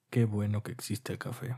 Qué bueno que existe el café.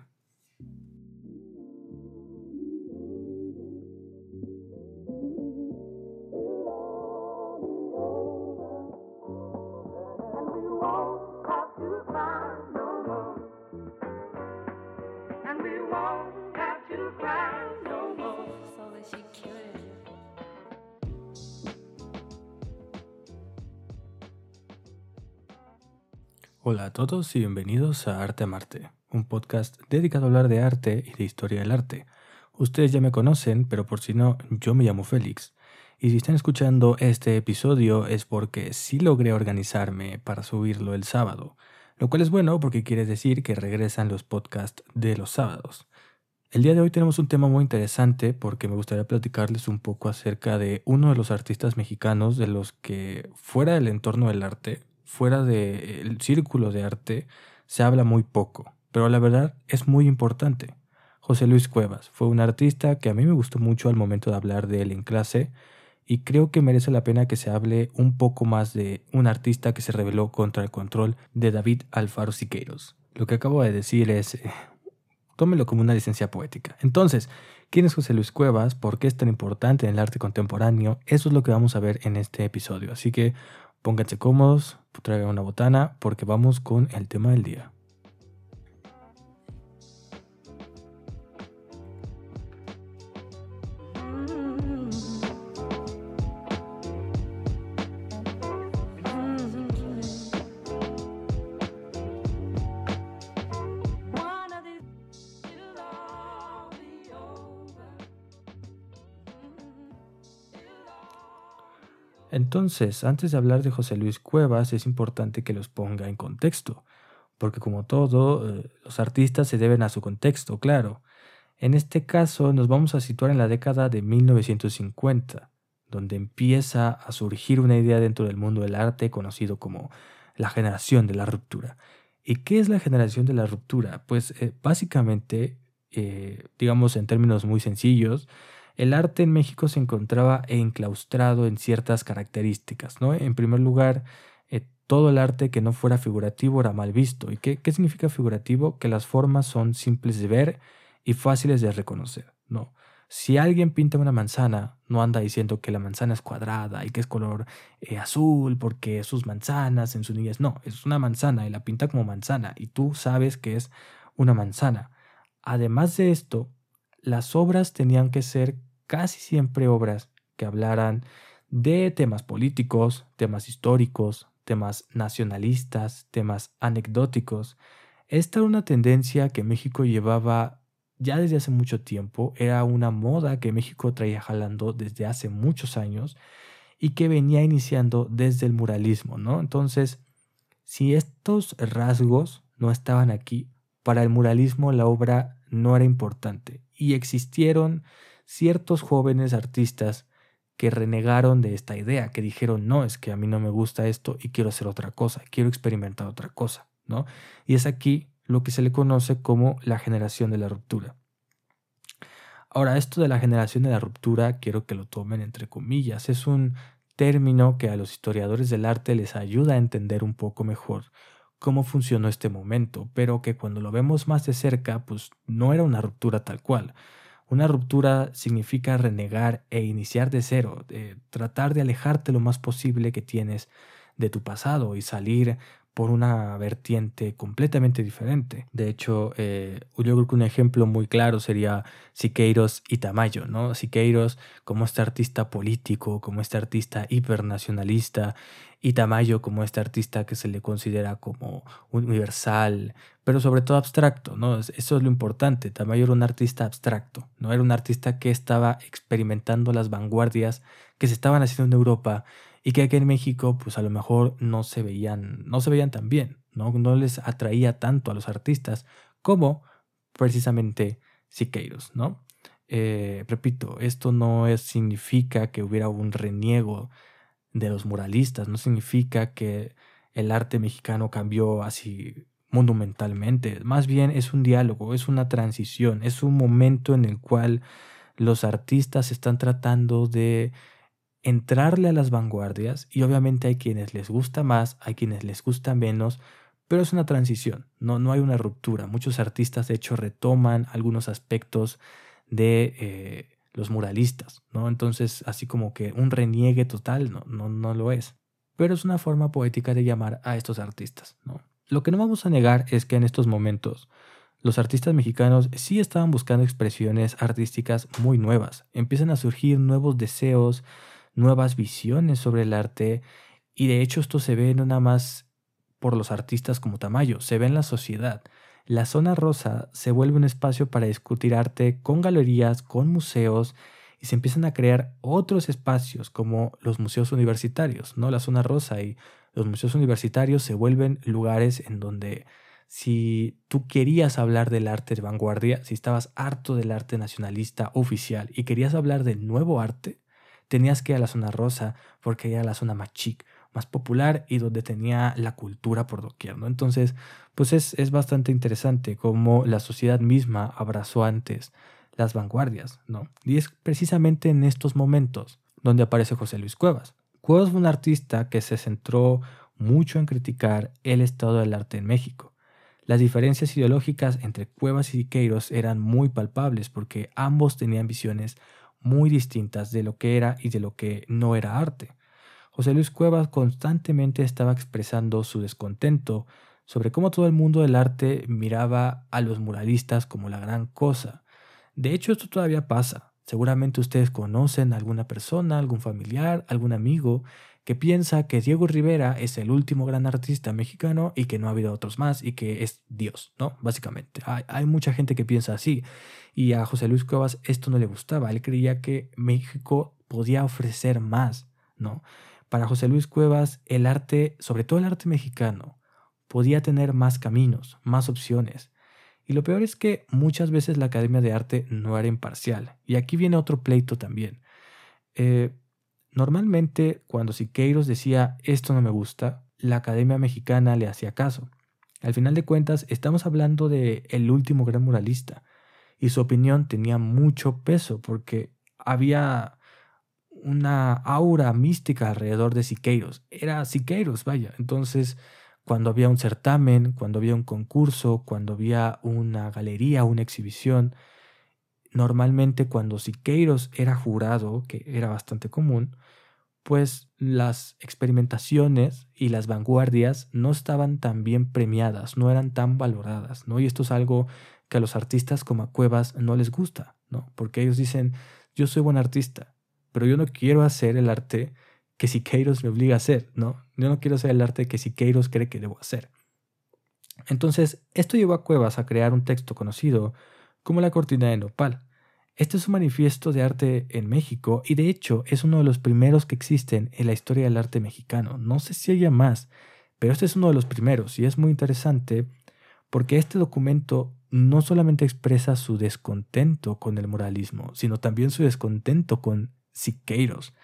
Hola a todos y bienvenidos a Arte a Marte, un podcast dedicado a hablar de arte y de historia del arte. Ustedes ya me conocen, pero por si no, yo me llamo Félix. Y si están escuchando este episodio es porque sí logré organizarme para subirlo el sábado, lo cual es bueno porque quiere decir que regresan los podcasts de los sábados. El día de hoy tenemos un tema muy interesante porque me gustaría platicarles un poco acerca de uno de los artistas mexicanos de los que fuera del entorno del arte, fuera del círculo de arte, se habla muy poco, pero la verdad es muy importante. José Luis Cuevas fue un artista que a mí me gustó mucho al momento de hablar de él en clase y creo que merece la pena que se hable un poco más de un artista que se rebeló contra el control de David Alfaro Siqueiros. Lo que acabo de decir es tómelo como una licencia poética. Entonces, ¿quién es José Luis Cuevas? ¿Por qué es tan importante en el arte contemporáneo? Eso es lo que vamos a ver en este episodio. Así que pónganse cómodos, traigan una botana, porque vamos con el tema del día. Entonces, antes de hablar de José Luis Cuevas, es importante que los ponga en contexto, porque como todo, los artistas se deben a su contexto, claro. En este caso, nos vamos a situar en la década de 1950, donde empieza a surgir una idea dentro del mundo del arte conocido como la generación de la ruptura. ¿Y qué es la generación de la ruptura? Pues básicamente, digamos en términos muy sencillos, el arte en México se encontraba enclaustrado en ciertas características, ¿no? En primer lugar, todo el arte que no fuera figurativo era mal visto. ¿Y qué significa figurativo? Que las formas son simples de ver y fáciles de reconocer, ¿no? Si alguien pinta una manzana, no anda diciendo que la manzana es cuadrada y que es color azul porque sus manzanas en su niñez. No, es una manzana y la pinta como manzana y tú sabes que es una manzana. Además de esto, las obras tenían que ser casi siempre obras que hablaran de temas políticos, temas históricos, temas nacionalistas, temas anecdóticos. Esta era una tendencia que México llevaba ya desde hace mucho tiempo, era una moda que México traía jalando desde hace muchos años y que venía iniciando desde el muralismo, ¿no? Entonces, si estos rasgos no estaban aquí, para el muralismo la obra no era importante y existieron ciertos jóvenes artistas que renegaron de esta idea, que dijeron, no, es que a mí no me gusta esto y quiero hacer otra cosa, quiero experimentar otra cosa, ¿no? Y es aquí lo que se le conoce como la generación de la ruptura. Ahora, esto de la generación de la ruptura, quiero que lo tomen entre comillas. Es un término que a los historiadores del arte les ayuda a entender un poco mejor cómo funcionó este momento, pero que cuando lo vemos más de cerca, pues no era una ruptura tal cual. Una ruptura significa renegar e iniciar de cero, de tratar de alejarte lo más posible que tienes de tu pasado y salir por una vertiente completamente diferente. De hecho, yo creo que un ejemplo muy claro sería Siqueiros y Tamayo, ¿no? Siqueiros como este artista político, como este artista hipernacionalista, y Tamayo como este artista que se le considera como universal, pero sobre todo abstracto, ¿no? Eso es lo importante. Tamayo era un artista abstracto, ¿no? Era un artista que estaba experimentando las vanguardias que se estaban haciendo en Europa y que aquí en México, pues a lo mejor no se veían tan bien, ¿no? No les atraía tanto a los artistas como precisamente Siqueiros, ¿no? Repito, esto no significa que hubiera un reniego de los muralistas, no significa que el arte mexicano cambió así monumentalmente, más bien es un diálogo, es una transición, es un momento en el cual los artistas están tratando de entrarle a las vanguardias y obviamente hay quienes les gusta más, hay quienes les gusta menos, pero es una transición, no hay una ruptura. Muchos artistas, de hecho, retoman algunos aspectos de los muralistas, ¿no? Entonces, así como que un reniegue total, no lo es. Pero es una forma poética de llamar a estos artistas, ¿no? Lo que no vamos a negar es que en estos momentos los artistas mexicanos sí estaban buscando expresiones artísticas muy nuevas. Empiezan a surgir nuevos deseos, nuevas visiones sobre el arte, y de hecho esto se ve no nada más por los artistas como Tamayo, se ve en la sociedad. La zona rosa se vuelve un espacio para discutir arte con galerías, con museos, y se empiezan a crear otros espacios como los museos universitarios, ¿no? La zona rosa y los museos universitarios se vuelven lugares en donde si tú querías hablar del arte de vanguardia, si estabas harto del arte nacionalista oficial y querías hablar del nuevo arte, tenías que ir a la zona rosa porque era la zona más chic, más popular y donde tenía la cultura por doquier, ¿no? Entonces, pues es bastante interesante cómo la sociedad misma abrazó antes las vanguardias, ¿no? Y es precisamente en estos momentos donde aparece José Luis Cuevas. Cuevas fue un artista que se centró mucho en criticar el estado del arte en México. Las diferencias ideológicas entre Cuevas y Siqueiros eran muy palpables porque ambos tenían visiones muy distintas de lo que era y de lo que no era arte. José Luis Cuevas constantemente estaba expresando su descontento sobre cómo todo el mundo del arte miraba a los muralistas como la gran cosa. De hecho, esto todavía pasa. Seguramente ustedes conocen a alguna persona, algún familiar, algún amigo que piensa que Diego Rivera es el último gran artista mexicano y que no ha habido otros más y que es Dios, ¿no? Básicamente. Hay mucha gente que piensa así y a José Luis Cuevas esto no le gustaba. Él creía que México podía ofrecer más, ¿no? Para José Luis Cuevas, el arte, sobre todo el arte mexicano, podía tener más caminos, más opciones. Y lo peor es que muchas veces la Academia de Arte no era imparcial. Y aquí viene otro pleito también. Eh, Normalmente, cuando Siqueiros decía esto no me gusta, la Academia Mexicana le hacía caso. Al final de cuentas, estamos hablando de el último gran muralista. Y su opinión tenía mucho peso porque había una aura mística alrededor de Siqueiros. Era Siqueiros, vaya. Entonces, cuando había un certamen, cuando había un concurso, cuando había una galería, una exhibición, normalmente cuando Siqueiros era jurado, que era bastante común, pues las experimentaciones y las vanguardias no estaban tan bien premiadas, no eran tan valoradas, ¿no? Y esto es algo que a los artistas como a Cuevas no les gusta, ¿no? Porque ellos dicen, yo soy buen artista, pero yo no quiero hacer el arte que Siqueiros me obliga a hacer, ¿no? Yo no quiero hacer el arte que Siqueiros cree que debo hacer. Entonces, esto llevó a Cuevas a crear un texto conocido como La Cortina de Nopal. Este es un manifiesto de arte en México y de hecho es uno de los primeros que existen en la historia del arte mexicano. No sé si haya más, pero este es uno de los primeros y es muy interesante porque este documento no solamente expresa su descontento con el muralismo, sino también su descontento con Siqueiros.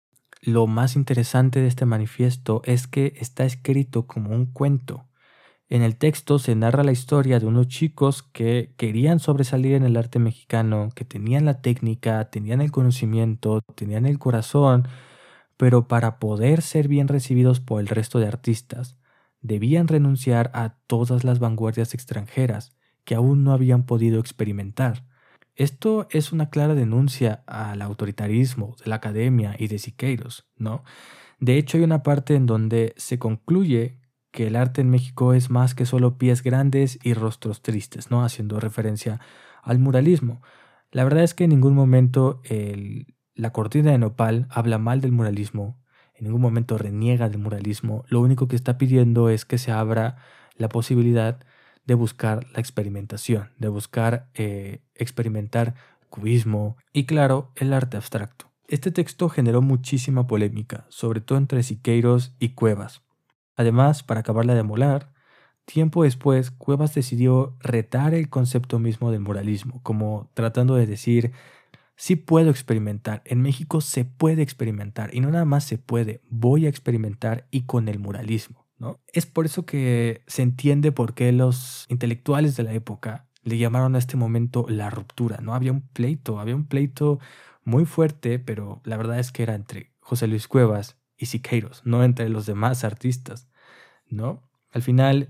Lo más interesante de este manifiesto es que está escrito como un cuento. En el texto se narra la historia de unos chicos que querían sobresalir en el arte mexicano, que tenían la técnica, tenían el conocimiento, tenían el corazón, pero para poder ser bien recibidos por el resto de artistas, debían renunciar a todas las vanguardias extranjeras que aún no habían podido experimentar. Esto es una clara denuncia al autoritarismo de la academia y de Siqueiros, ¿no? De hecho, hay una parte en donde se concluye que el arte en México es más que solo pies grandes y rostros tristes, ¿no? Haciendo referencia al muralismo. La verdad es que en ningún momento la cortina de nopal habla mal del muralismo, en ningún momento reniega del muralismo. Lo único que está pidiendo es que se abra la posibilidad de buscar la experimentación, de buscar experimentar cubismo y, claro, el arte abstracto. Este texto generó muchísima polémica, sobre todo entre Siqueiros y Cuevas. Además, para acabarla de molar, tiempo después Cuevas decidió retar el concepto mismo del muralismo, como tratando de decir, sí puedo experimentar, en México se puede experimentar, y no nada más se puede, voy a experimentar y con el muralismo, ¿no? Es por eso que se entiende por qué los intelectuales de la época le llamaron a este momento la ruptura, ¿no? Había un pleito muy fuerte, pero la verdad es que era entre José Luis Cuevas y Siqueiros, no entre los demás artistas, ¿no? Al final,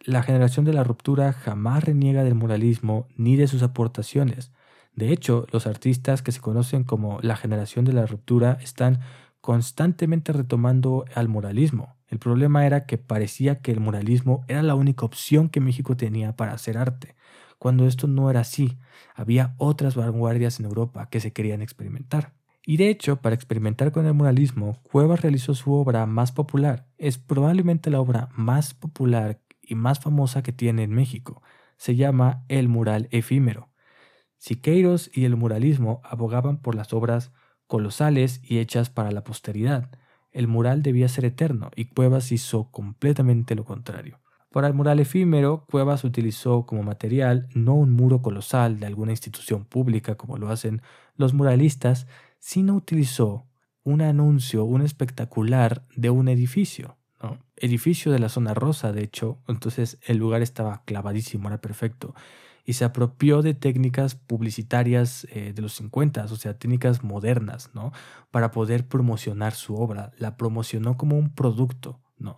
La generación de la ruptura jamás reniega del muralismo ni de sus aportaciones. De hecho, los artistas que se conocen como la generación de la ruptura están constantemente retomando al muralismo. El problema era que parecía que el muralismo era la única opción que México tenía para hacer arte, cuando esto no era así. Había otras vanguardias en Europa que se querían experimentar. Y de hecho, para experimentar con el muralismo, Cuevas realizó su obra más popular. Es probablemente la obra más popular y más famosa que tiene en México. Se llama El mural efímero. Siqueiros y el muralismo abogaban por las obras colosales y hechas para la posteridad. El mural debía ser eterno y Cuevas hizo completamente lo contrario. Para el mural efímero, Cuevas utilizó como material no un muro colosal de alguna institución pública como lo hacen los muralistas, sino utilizó un anuncio, un espectacular de un edificio, ¿no? Edificio de la zona rosa, de hecho, entonces el lugar estaba clavadísimo, era perfecto. Y se apropió de técnicas publicitarias de los 50, o sea, técnicas modernas, ¿no? Para poder promocionar su obra. La promocionó como un producto, ¿no?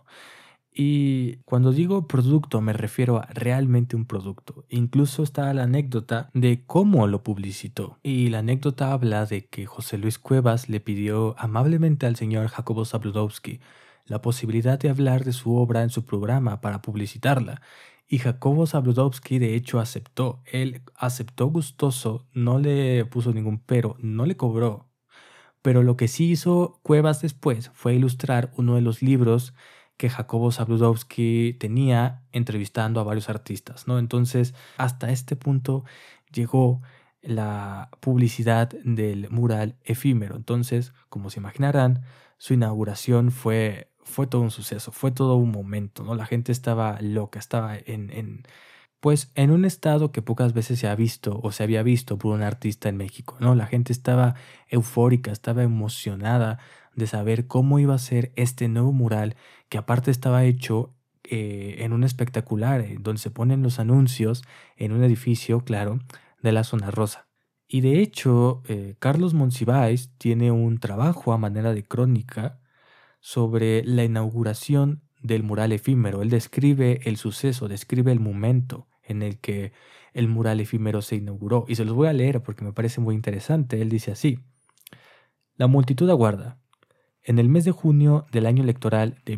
Y cuando digo producto me refiero a realmente un producto. Incluso está la anécdota de cómo lo publicitó. Y la anécdota habla de que José Luis Cuevas le pidió amablemente al señor Jacobo Zabludowski la posibilidad de hablar de su obra en su programa para publicitarla. Y Jacobo Zabludowski de hecho aceptó. Él aceptó gustoso, no le puso ningún pero, no le cobró. Pero lo que sí hizo Cuevas después fue ilustrar uno de los libros que Jacobo Zabludowski tenía entrevistando a varios artistas, ¿no? Entonces, hasta este punto llegó la publicidad del mural efímero. Entonces, como se imaginarán, su inauguración fue todo un suceso, fue todo un momento, ¿no? La gente estaba loca, estaba pues en un estado que pocas veces se ha visto o se había visto por un artista en México, ¿no? La gente estaba eufórica, estaba emocionada de saber cómo iba a ser este nuevo mural que aparte estaba hecho en un espectacular, donde se ponen los anuncios en un edificio, claro, de la zona rosa. Y de hecho, Carlos Monsiváis tiene un trabajo a manera de crónica sobre la inauguración del mural efímero. Él describe el suceso, describe el momento en el que el mural efímero se inauguró. Y se los voy a leer porque me parece muy interesante. Él dice así: La multitud aguarda. En el mes de junio del año electoral de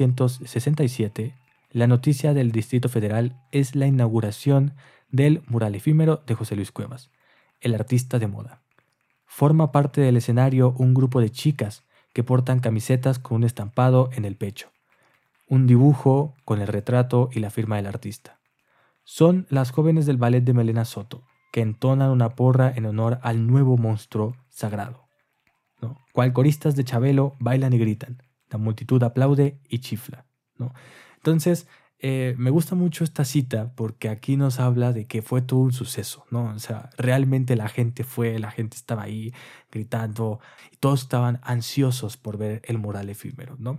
1967, la noticia del Distrito Federal es la inauguración del mural efímero de José Luis Cuevas, el artista de moda. Forma parte del escenario un grupo de chicas que portan camisetas con un estampado en el pecho, un dibujo con el retrato y la firma del artista. Son las jóvenes del ballet de Melena Soto, que entonan una porra en honor al nuevo monstruo sagrado, ¿no? Cual coristas de Chabelo bailan y gritan. La multitud aplaude y chifla, ¿no? Entonces, me gusta mucho esta cita porque aquí nos habla de que fue todo un suceso, ¿no? O sea, realmente la gente estaba ahí gritando y todos estaban ansiosos por ver el mural efímero, ¿no?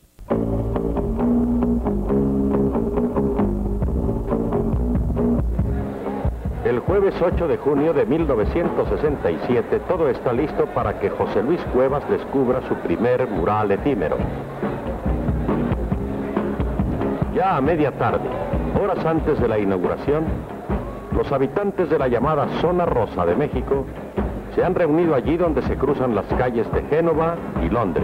El jueves 8 de junio de 1967, todo está listo para que José Luis Cuevas descubra su primer mural efímero. Ya a media tarde, horas antes de la inauguración, los habitantes de la llamada Zona Rosa de México se han reunido allí donde se cruzan las calles de Génova y Londres.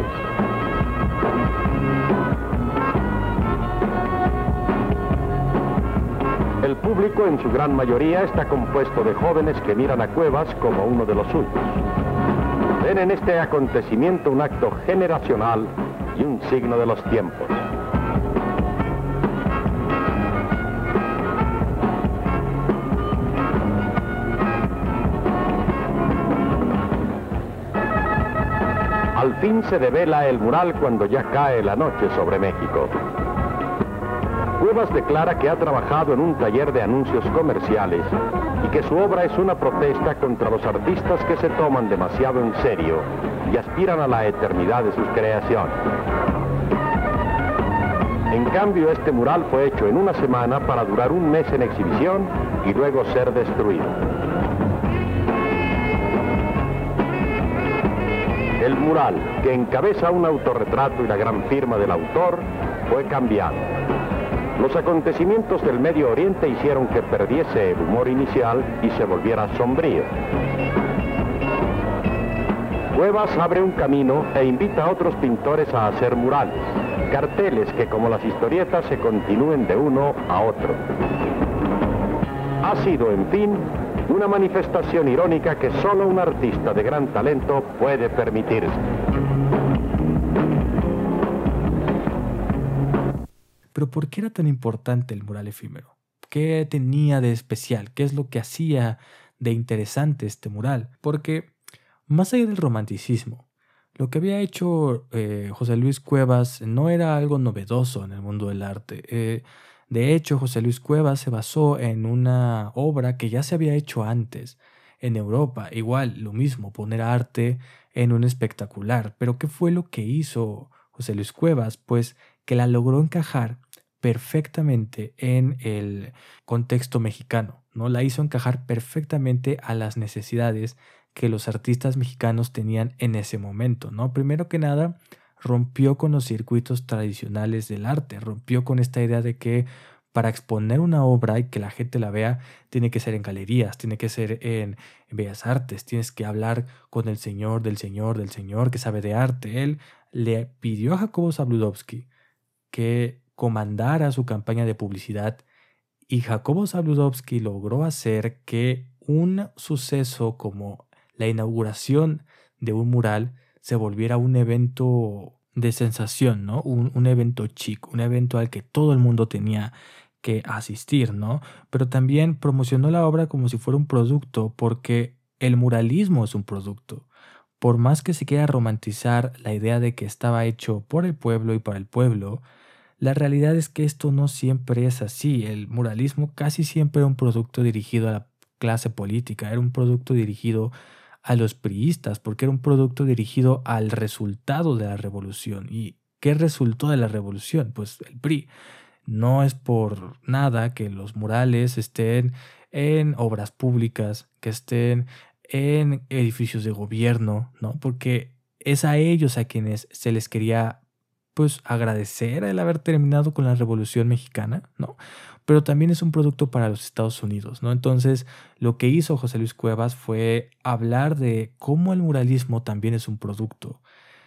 El público en su gran mayoría está compuesto de jóvenes que miran a Cuevas como uno de los suyos. Ven en este acontecimiento un acto generacional y un signo de los tiempos. Al fin se devela el mural cuando ya cae la noche sobre México. Cuevas declara que ha trabajado en un taller de anuncios comerciales y que su obra es una protesta contra los artistas que se toman demasiado en serio y aspiran a la eternidad de sus creaciones. En cambio, este mural fue hecho en una semana para durar un mes en exhibición y luego ser destruido. El mural, que encabeza un autorretrato y la gran firma del autor, fue cambiado. Los acontecimientos del Medio Oriente hicieron que perdiese el humor inicial y se volviera sombrío. Cuevas abre un camino e invita a otros pintores a hacer murales, carteles que como las historietas se continúen de uno a otro. Ha sido, en fin, una manifestación irónica que solo un artista de gran talento puede permitirse. Pero ¿por qué era tan importante el mural efímero? ¿Qué tenía de especial? ¿Qué es lo que hacía de interesante este mural? Porque más allá del romanticismo, lo que había hecho José Luis Cuevas no era algo novedoso en el mundo del arte. De hecho, José Luis Cuevas se basó en una obra que ya se había hecho antes en Europa. Igual, lo mismo, poner arte en un espectacular. Pero ¿qué fue lo que hizo José Luis Cuevas? Pues que la logró encajar perfectamente en el contexto mexicano, ¿no? La hizo encajar perfectamente a las necesidades que los artistas mexicanos tenían en ese momento, ¿no? Primero que nada, rompió con los circuitos tradicionales del arte, rompió con esta idea de que para exponer una obra y que la gente la vea, tiene que ser en galerías, tiene que ser en Bellas Artes, tienes que hablar con el señor del señor del señor que sabe de arte. Él le pidió a Jacobo Zabludovsky que comandara su campaña de publicidad y Jacobo Zabludovsky logró hacer que un suceso como la inauguración de un mural se volviera un evento de sensación, ¿no? Un evento chic, un evento al que todo el mundo tenía que asistir, ¿no? Pero también promocionó la obra como si fuera un producto, porque el muralismo es un producto. Por más que se quiera romantizar la idea de que estaba hecho por el pueblo y para el pueblo, la realidad es que esto no siempre es así. El muralismo casi siempre era un producto dirigido a la clase política, era un producto dirigido a los priistas, porque era un producto dirigido al resultado de la revolución. ¿Y qué resultó de la revolución? Pues el PRI. No es por nada que los murales estén en obras públicas, que estén en edificios de gobierno, ¿no? Porque es a ellos a quienes se les quería pues agradecer el haber terminado con la Revolución Mexicana, ¿no? Pero también es un producto para los Estados Unidos, ¿no? Entonces, lo que hizo José Luis Cuevas fue hablar de cómo el muralismo también es un producto.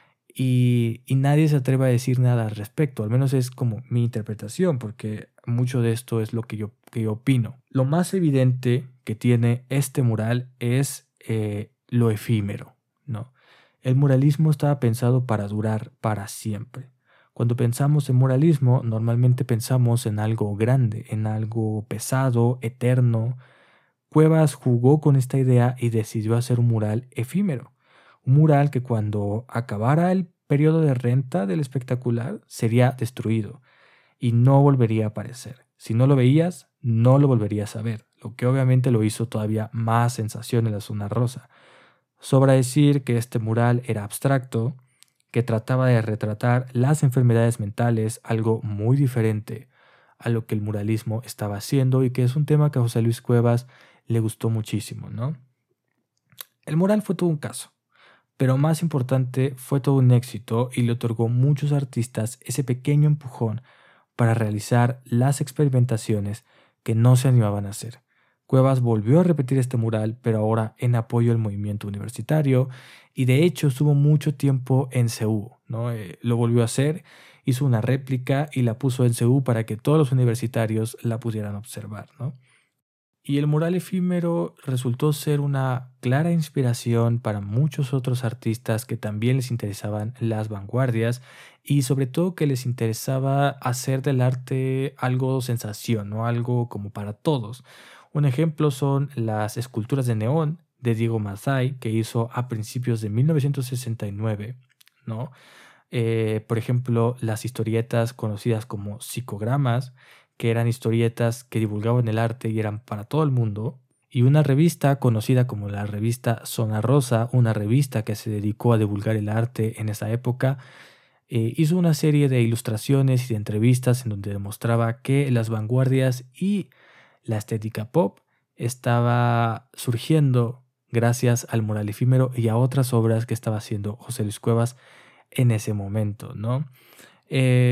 Y nadie se atreve a decir nada al respecto, al menos es como mi interpretación, porque mucho de esto es lo que yo opino. Lo más evidente que tiene este mural es lo efímero, ¿no? El muralismo estaba pensado para durar para siempre. Cuando pensamos en muralismo, normalmente pensamos en algo grande, en algo pesado, eterno. Cuevas jugó con esta idea y decidió hacer un mural efímero. Un mural que cuando acabara el periodo de renta del espectacular sería destruido y no volvería a aparecer. Si no lo veías, no lo volverías a ver, lo que obviamente lo hizo todavía más sensación en la zona rosa. Sobra decir que este mural era abstracto, que trataba de retratar las enfermedades mentales, algo muy diferente a lo que el muralismo estaba haciendo y que es un tema que a José Luis Cuevas le gustó muchísimo, ¿no? El mural fue todo un caso, pero más importante fue todo un éxito y le otorgó a muchos artistas ese pequeño empujón para realizar las experimentaciones que no se animaban a hacer. Cuevas volvió a repetir este mural, pero ahora en apoyo al movimiento universitario, y de hecho estuvo mucho tiempo en CEU, ¿no? Lo volvió a hacer, hizo una réplica y la puso en CEU para que todos los universitarios la pudieran observar, ¿no? Y el mural efímero resultó ser una clara inspiración para muchos otros artistas que también les interesaban las vanguardias y sobre todo que les interesaba hacer del arte algo sensación, ¿no? Algo como para todos. Un ejemplo son las esculturas de neón de Diego Mazzei que hizo a principios de 1969, ¿no? Por ejemplo, las historietas conocidas como psicogramas, que eran historietas que divulgaban el arte y eran para todo el mundo, y una revista conocida como la revista Zona Rosa, una revista que se dedicó a divulgar el arte en esa época, hizo una serie de ilustraciones y de entrevistas en donde demostraba que las vanguardias y la estética pop estaba surgiendo gracias al mural efímero y a otras obras que estaba haciendo José Luis Cuevas en ese momento, ¿no?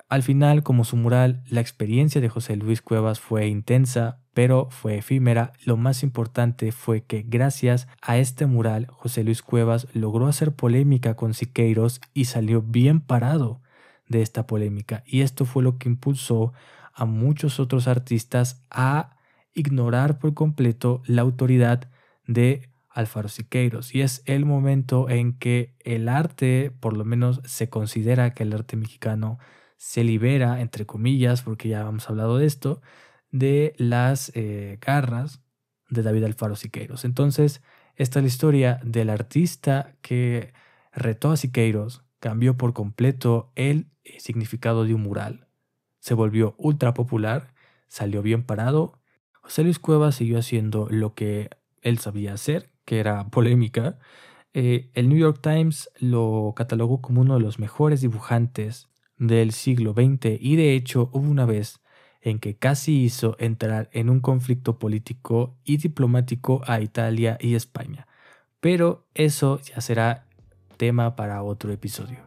Al final, como su mural, la experiencia de José Luis Cuevas fue intensa, pero fue efímera. Lo más importante fue que gracias a este mural, José Luis Cuevas logró hacer polémica con Siqueiros y salió bien parado de esta polémica. Y esto fue lo que impulsó a muchos otros artistas a ignorar por completo la autoridad de Alfaro Siqueiros. Y es el momento en que el arte, por lo menos se considera que el arte mexicano se libera, entre comillas, porque ya hemos hablado de esto, de las garras de David Alfaro Siqueiros. Entonces, esta es la historia del artista que retó a Siqueiros, cambió por completo el significado de un mural, se volvió ultra popular, salió bien parado. José Luis Cuevas siguió haciendo lo que él sabía hacer, que era polémica. El New York Times lo catalogó como uno de los mejores dibujantes del siglo XX y de hecho hubo una vez en que casi hizo entrar en un conflicto político y diplomático a Italia y España. Pero eso ya será tema para otro episodio.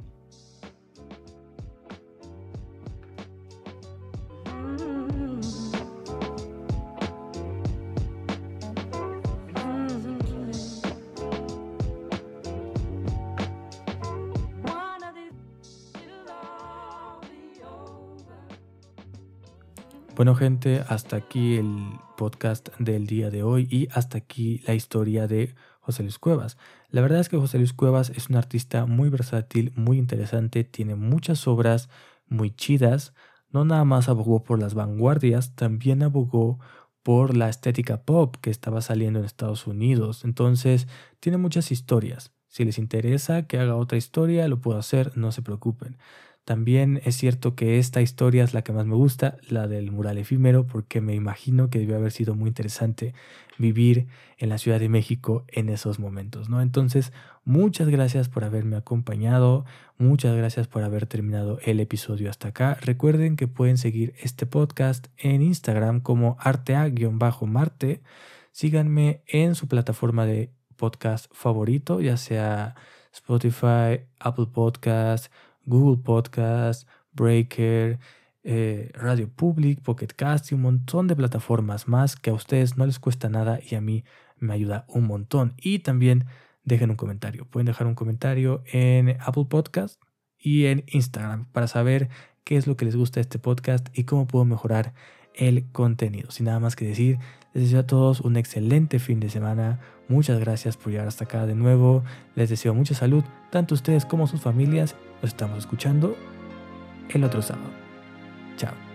Bueno, gente, hasta aquí el podcast del día de hoy y hasta aquí la historia de José Luis Cuevas. La verdad es que José Luis Cuevas es un artista muy versátil, muy interesante, tiene muchas obras muy chidas. No nada más abogó por las vanguardias, también abogó por la estética pop que estaba saliendo en Estados Unidos. Entonces, tiene muchas historias. Si les interesa que haga otra historia, lo puedo hacer, no se preocupen. También es cierto que esta historia es la que más me gusta, la del mural efímero, porque me imagino que debió haber sido muy interesante vivir en la Ciudad de México en esos momentos, ¿no? Entonces, muchas gracias por haberme acompañado, muchas gracias por haber terminado el episodio hasta acá. Recuerden que pueden seguir este podcast en Instagram como artea_marte. Síganme en su plataforma de podcast favorito, ya sea Spotify, Apple Podcasts, Google Podcast, Breaker, Radio Public, Pocket Cast y un montón de plataformas más que a ustedes no les cuesta nada y a mí me ayuda un montón. Y también dejen un comentario. Pueden dejar un comentario en Apple Podcast y en Instagram para saber qué es lo que les gusta de este podcast y cómo puedo mejorar el contenido. Sin nada más que decir, les deseo a todos un excelente fin de semana. Muchas gracias por llegar hasta acá de nuevo. Les deseo mucha salud, tanto ustedes como sus familias. Nos estamos escuchando el otro sábado. Chao.